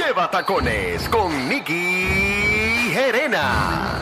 Lleva tacones con Nicky Gerena.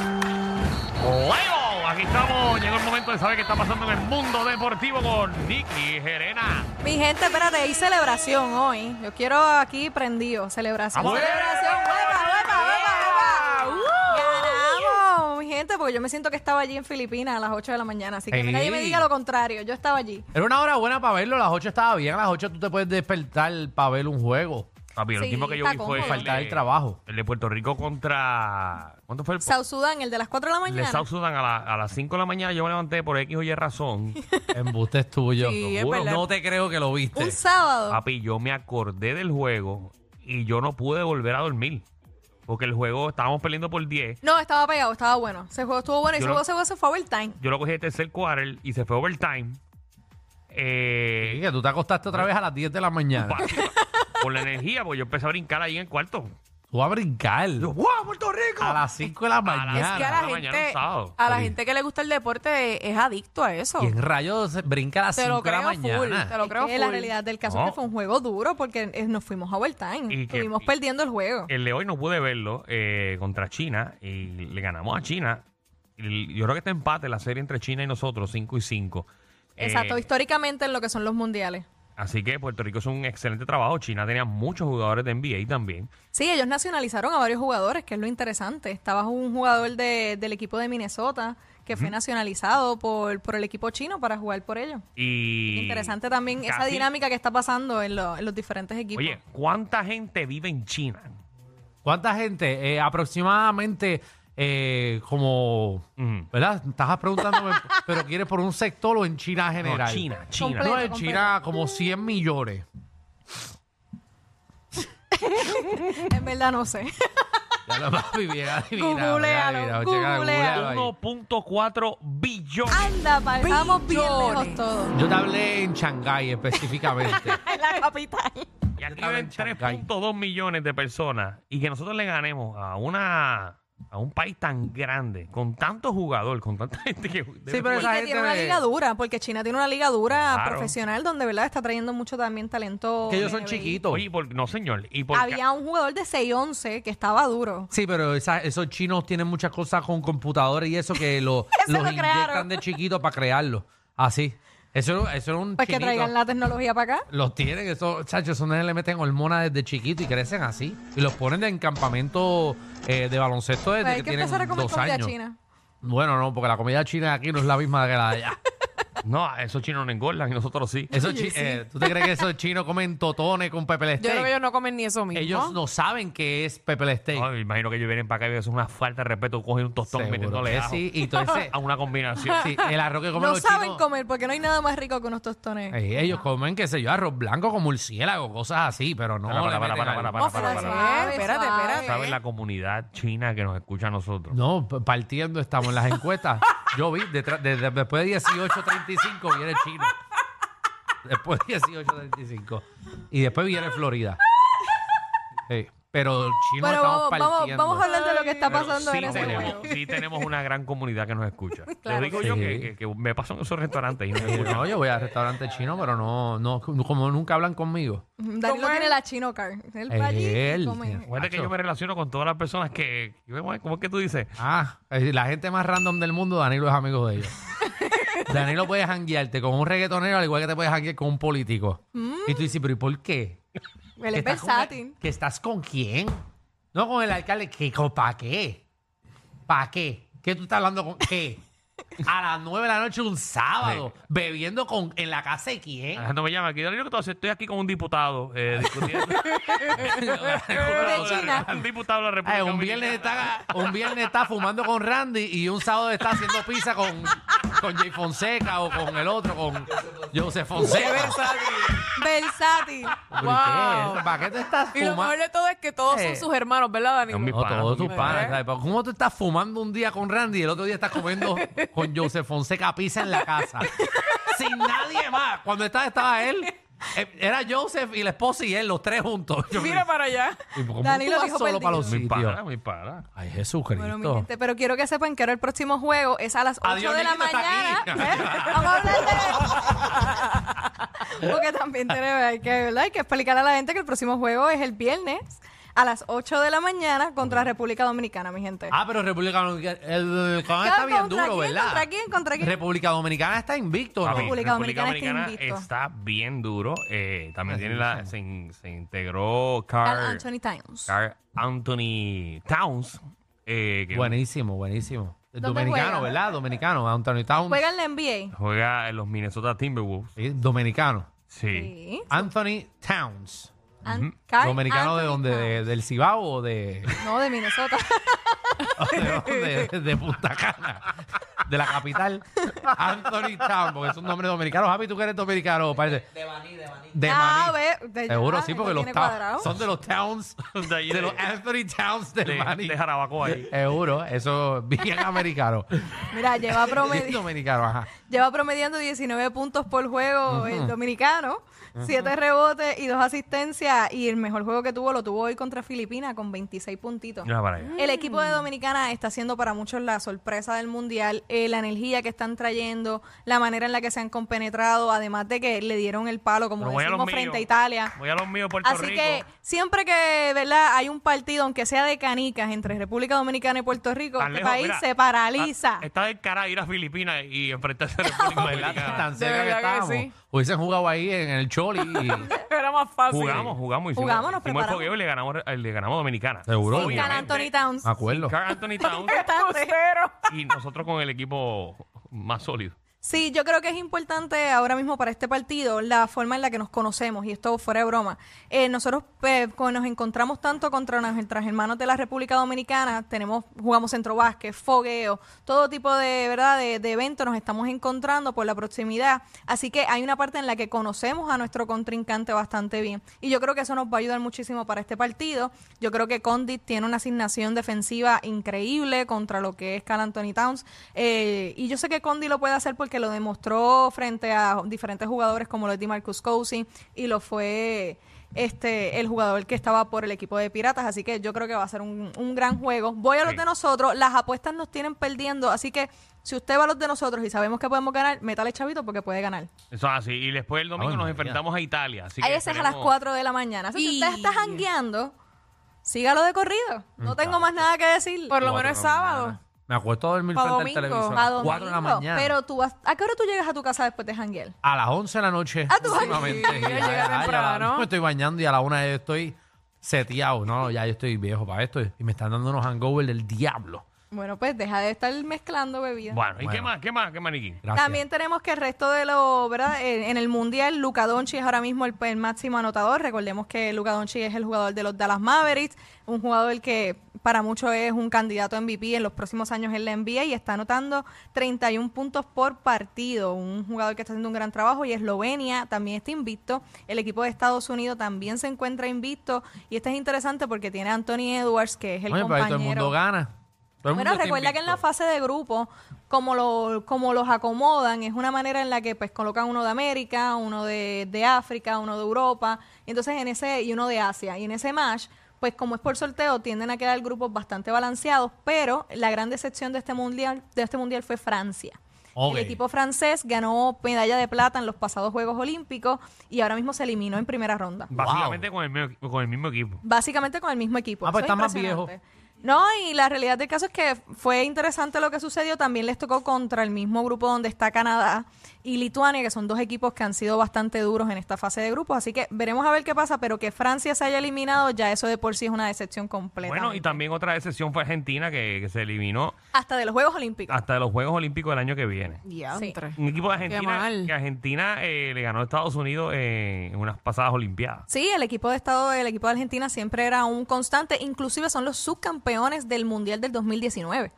Luego, aquí estamos. Llegó el momento de saber qué está pasando en el mundo deportivo con Nicky Gerena. Mi gente, espérate, hay celebración hoy. Yo quiero aquí prendido. Celebración. ¡Vamos! Celebración. ¡Hueva! Ganamos, mi gente, porque yo me siento que estaba allí en Filipinas a las 8 de la mañana. Así que Ey. nadie me diga lo contrario. Yo estaba allí. Era una hora buena para verlo. A las 8 estaba bien. A las 8 tú te puedes despertar para ver un juego. Papi, el Sí, último que yo está vi fue cómodo. Faltar el trabajo. el de Puerto Rico contra... ¿Cuánto fue el South Sudan, el de las 4 de la el de mañana. South Sudan a las 5 de la mañana? Yo me levanté por X o Y razón. Embuste es tuyo. Sí, Lo es juro, verdad. no te creo que lo viste. Un sábado. Papi, yo me acordé del juego y yo no pude volver a dormir. Porque el juego, estábamos perdiendo por 10. No, estaba pegado, estaba bueno. Ese juego estuvo bueno y Yo ese lo- juego se fue overtime. Yo lo cogí el tercer quarter y se fue overtime. Sí, que tú te acostaste otra vez a las 10 de la mañana. Pa- Por la energía, porque yo empecé a brincar ahí en el cuarto. Tú vas a brincar. Yo, ¡wow, Puerto Rico! A las 5 de la las mañana. Es que a la mañana, gente, un sábado. a la Sí. gente que le gusta el deporte es adicto a eso. ¿Quién rayos brinca a las Te 5 lo de la creo full, mañana? te lo creo Que la full. realidad del caso No. es que fue un juego duro porque nos fuimos a overtime. Y que- Estuvimos perdiendo el juego. El de hoy no pude verlo contra China y le ganamos a China. Y yo creo que está empate la serie entre China y nosotros, 5-5. Exacto, históricamente en lo que son los mundiales. Así que Puerto Rico hizo un excelente trabajo. China tenía muchos jugadores de NBA también. Sí, ellos nacionalizaron a varios jugadores, que es lo interesante. Estaba un jugador del equipo de Minnesota que fue nacionalizado por el equipo chino para jugar por ellos. Y Interesante también esa casi- dinámica que está pasando en los diferentes equipos. Oye, ¿cuánta gente vive en China? ¿Cuánta gente? Aproximadamente como... Ujú. ¿Verdad? Estás preguntándome, ¿pero quieres por un sector o en China general? No, China. Completo. No, en China como 100 millones. En verdad no sé. Ya lo papi, bien adivinado. Googlealo, bien adivinado, checa, googlealo. googlealo ahí. 1.4 billones. Anda, estamos bien lejos Billones. todos. Yo te hablé en Shanghái específicamente. En la capital. Y aquí estaba viven en Shanghái. 3.2 millones de personas. Y que nosotros le ganemos a un país tan grande, con tanto jugador, con tanta gente que... Sí, pero Y esa que gente tiene una de- liga dura, porque China tiene una liga dura Claro. profesional donde, ¿verdad? Está trayendo mucho también talento. Que ellos son NBA. chiquitos. Oye, no señor. Y porque Había un jugador de 6'11 que estaba duro. Sí, pero esos chinos tienen muchas cosas con computadores y eso que los Eso lo inyectan crearon. de chiquitos para crearlo. Así. Eso es un Pues que chinito. traigan la tecnología para acá. Los tienen, esos chachos, esos nenes le meten hormonas desde chiquito y crecen así. Y los ponen en campamento de baloncesto desde Pues hay que que tienen empezar a comer 2 comida años. china. Bueno, no, porque la comida china de aquí no es la misma que la de allá. no, esos chinos no engordan y nosotros sí. Esos ¿tú te crees que esos chinos comen totones con pepper Yo creo que steak? ellos no comen ni eso mismo. Ellos no saben qué es pepper steak. No, me imagino que ellos vienen para acá y eso es una falta de respeto coger un tostón Seguro metiéndole que ajo sí. Y entonces, a una combinación. sí, el arroz que comen No los saben chinos. comer porque no hay nada más rico que unos tostones. Ellos comen, qué sé yo, arroz blanco con murciélago, cosas así, pero no. Para, le meten al- ¿Cómo para, fue? para. Espérate, Suave. espérate. ¿Sabes la comunidad china que nos escucha a nosotros? No, partiendo estamos en las encuestas. Yo vi, después de 18:35 viene China. Después de 18:35. Y después viene Florida. Pero China Pero estamos vamos, partiendo. vamos a hablar de lo que está Pero pasando sí en ese tenemos, juego. sí tenemos una gran comunidad que nos escucha. Claro Lo digo que yo sí. que me paso en esos restaurantes y nos escuchan. No, yo voy al restaurante chino, pero no, como nunca hablan conmigo. Danilo ¿Cómo tiene es? la Chino Car. Él va allí y Él. come. Acuérdate que Macho. yo me relaciono con todas las personas ¿cómo es que tú dices? La gente más random del mundo, Danilo es amigo de ellos. Danilo puede janguearte con un reggaetonero al igual que te puedes janguear con un político. Y tú dices, ¿pero y por qué? Él ¿Que es estás con versátil. ¿Que estás con quién? No con el alcalde. ¿Para qué? ¿Para qué? ¿Qué tú estás hablando con qué? A las 9 de la noche un sábado, bebiendo en la casa de quién. Alejandro me llama aquí. Danilo, ¿qué tú haces? Estoy aquí con un diputado discutiendo. De China. Un diputado de la República Un viernes está fumando con Randy y un sábado está haciendo pizza con Jay Fonseca o con el otro, con Joseph Fonseca. Versátil. ¿Pero y Wow. qué? ¿Para qué te estás Y lo fumando? mejor de todo es que todos son sus hermanos, ¿verdad, Danilo? Son mis No, panas, todos tus mis panas. panas. ¿Sabes? Pero ¿cómo tú estás fumando un día con Randy y el otro día estás comiendo con Joseph Fonseca pizza en la casa? Sin nadie más. Cuando estaba él, era Joseph y la esposa y él, los tres juntos. Yo Mira me- para allá. ¿Y cómo Danilo tú vas dijo solo para los Muy sitios? para, muy para. Ay, Jesucristo. Bueno, mi gente, pero quiero que sepan que ahora el próximo juego es a las 8 Adiós, de la Nikita está mañana. aquí. ¿Eh? Vamos a hablar de... Porque también hay que explicar a la gente que el próximo juego es el viernes a las 8 de la mañana contra República Dominicana, mi gente. Pero República Dominicana está bien ¿Contra duro, quién? ¿verdad? ¿Contra quién? ¿Contra quién? República Dominicana está invicto, ¿no? Papi, República Dominicana está invicto. está bien duro. También tiene se integró Carl Anthony Towns. Carl Anthony Towns. Buenísimo, buenísimo. ¿Dónde Dominicano, juega? ¿verdad? Dominicano. Anthony Towns. Juega en la NBA. Juega en los Minnesota Timberwolves. Sí, dominicano. Sí. Sí. Anthony Towns. Carl ¿Dominicano de Anthony dónde? Towns. ¿Del Cibao o de, No, de Minnesota. de Punta Cana? De la capital. Anthony Towns, porque es un nombre dominicano. Javi, tú que eres dominicano, parece. De Ah, Maní. ve. Seguro, ya, sí, lo porque los tiene Towns cuadrado. son de los Towns, De ahí de de- los Anthony Towns del Maní. de Jarabacoa ahí. Seguro, eso es bien americano. Mira, lleva Bien dominicano, ajá. Lleva promediando 19 puntos por juego el dominicano, 7 rebotes y 2 asistencias. Y el mejor juego que tuvo lo tuvo hoy contra Filipinas con 26 puntitos. Mira para allá. El equipo de Dominicana está siendo para muchos la sorpresa del Mundial, la energía que están trayendo, la manera en la que se han compenetrado, además de que le dieron el palo, como Pero voy a decimos, los frente a míos. Italia. Voy a los míos, Puerto Así Rico. que siempre que, ¿verdad?, hay un partido, aunque sea de canicas, entre República Dominicana y Puerto Rico, Tan este lejos, país mira, se paraliza. Está del cara ir a Filipinas y enfrentarse a República ¿Verdad? Dominicana. Tan cerca que verdad que estábamos. sí. Hubiesen jugado ahí en el Choli y... Era más fácil. Jugamos. Jugamos, nos Hicimos el preparamos. fogueo y le ganamos a Dominicana. Seguro. Sin Carl Anthony Towns. Me acuerdo. Carl Anthony Towns Cero. y nosotros con el equipo más sólido. Sí, yo creo que es importante ahora mismo para este partido la forma en la que nos conocemos, y esto fuera de broma. Nosotros cuando nos encontramos tanto contra nuestras hermanos de la República Dominicana, jugamos centro básquet, fogueo, todo tipo de verdad de eventos nos estamos encontrando por la proximidad. Así que hay una parte en la que conocemos a nuestro contrincante bastante bien. Y yo creo que eso nos va a ayudar muchísimo para este partido. Yo creo que Condit tiene una asignación defensiva increíble contra lo que es Carl Anthony Towns. Y yo sé que Condit lo puede hacer porque lo demostró frente a diferentes jugadores como lo es DeMarcus Cousins y lo fue el jugador que estaba por el equipo de Piratas, así que yo creo que va a ser un gran juego. Voy a los Sí. de nosotros, las apuestas nos tienen perdiendo, así que si usted va a los de nosotros y sabemos que podemos ganar, métale chavito porque puede ganar. Eso es así. Y después el domingo Ay, nos María. enfrentamos a Italia. Así Ahí que ese es a las esperemos- 4 de la mañana. Así que si usted está jangueando, sígalo de corrido. No tengo más nada que decir. Por lo 4 menos es de la sábado. mañana. Me acuesto a dormir Pa' frente al domingo. televisor. A A domingo. 4 de la mañana. Pero ¿a qué hora tú llegas a tu casa después de janguear? A las 11 de la noche. Ah, tú vas- últimamente. Sí, Ya, llega ya, temprano. me estoy bañando y a la 1 ya estoy seteado. No, ya yo estoy viejo para esto. Y me están dando unos hangovers del diablo. Bueno, pues deja de estar mezclando bebidas. Bueno, ¿y Bueno. qué más, Niki? Gracias. También tenemos que el resto de lo, ¿verdad? En el Mundial, Luka Doncic es ahora mismo el máximo anotador. Recordemos que Luka Doncic es el jugador de los Dallas Mavericks, un jugador que para muchos es un candidato a MVP en los próximos años en la NBA y está anotando 31 puntos por partido. Un jugador que está haciendo un gran trabajo, y Eslovenia también está invicto. El equipo de Estados Unidos también se encuentra invicto, y este es interesante porque tiene a Anthony Edwards, que es el Oye, pero ahí compañero. todo el mundo gana. Todo el Bueno, mundo está recuerda que en la invicto. fase de grupo, como los acomodan, es una manera en la que pues colocan uno de América, uno de África, uno de Europa, y entonces y uno de Asia. Y en ese match, pues como es por sorteo, tienden a quedar grupos bastante balanceados, pero la gran decepción de este mundial fue Francia. Ok. El equipo francés ganó medalla de plata en los pasados Juegos Olímpicos y ahora mismo se eliminó en primera ronda. Básicamente con el mismo equipo. Básicamente con el mismo equipo. Ah, pues Eso es está más impresionante. No, y la realidad del caso es que fue interesante lo que sucedió. También les tocó contra el mismo grupo donde está Canadá y Lituania, que son dos equipos que han sido bastante duros en esta fase de grupos. Así que veremos a ver qué pasa, pero que Francia se haya eliminado, ya eso de por sí es una decepción completa. Bueno, y también otra decepción fue Argentina, que se eliminó Hasta de los Juegos Olímpicos. hasta de los Juegos Olímpicos del año que viene. Diantre. Un equipo de Qué Argentina mal. que Argentina le ganó a Estados Unidos en unas pasadas Olimpiadas. Sí, el equipo de Argentina siempre era un constante, inclusive son los subcampeones del Mundial del 2019.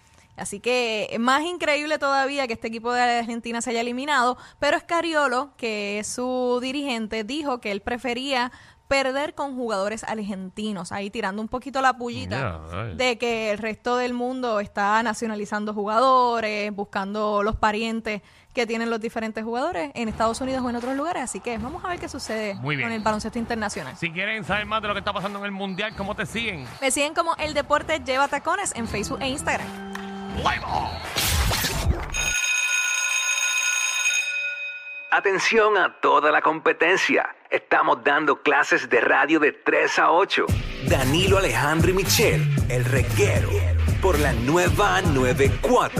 Así que más increíble todavía que este equipo de Argentina se haya eliminado, pero Scariolo, que es su dirigente, dijo que él prefería perder con jugadores argentinos, ahí tirando un poquito la pullita Ya, ay. de que el resto del mundo está nacionalizando jugadores, buscando los parientes que tienen los diferentes jugadores en Estados Unidos o en otros lugares. Así que vamos a ver qué sucede Muy bien. con el baloncesto internacional. Si quieren saber más de lo que está pasando en el Mundial, ¿cómo te siguen? Me siguen como El Deporte Lleva Tacones en Facebook e Instagram. Atención a toda la competencia. Estamos dando clases de radio de 3 a 8. Danilo Alejandro y Michelle, el reguero, por la nueva 94.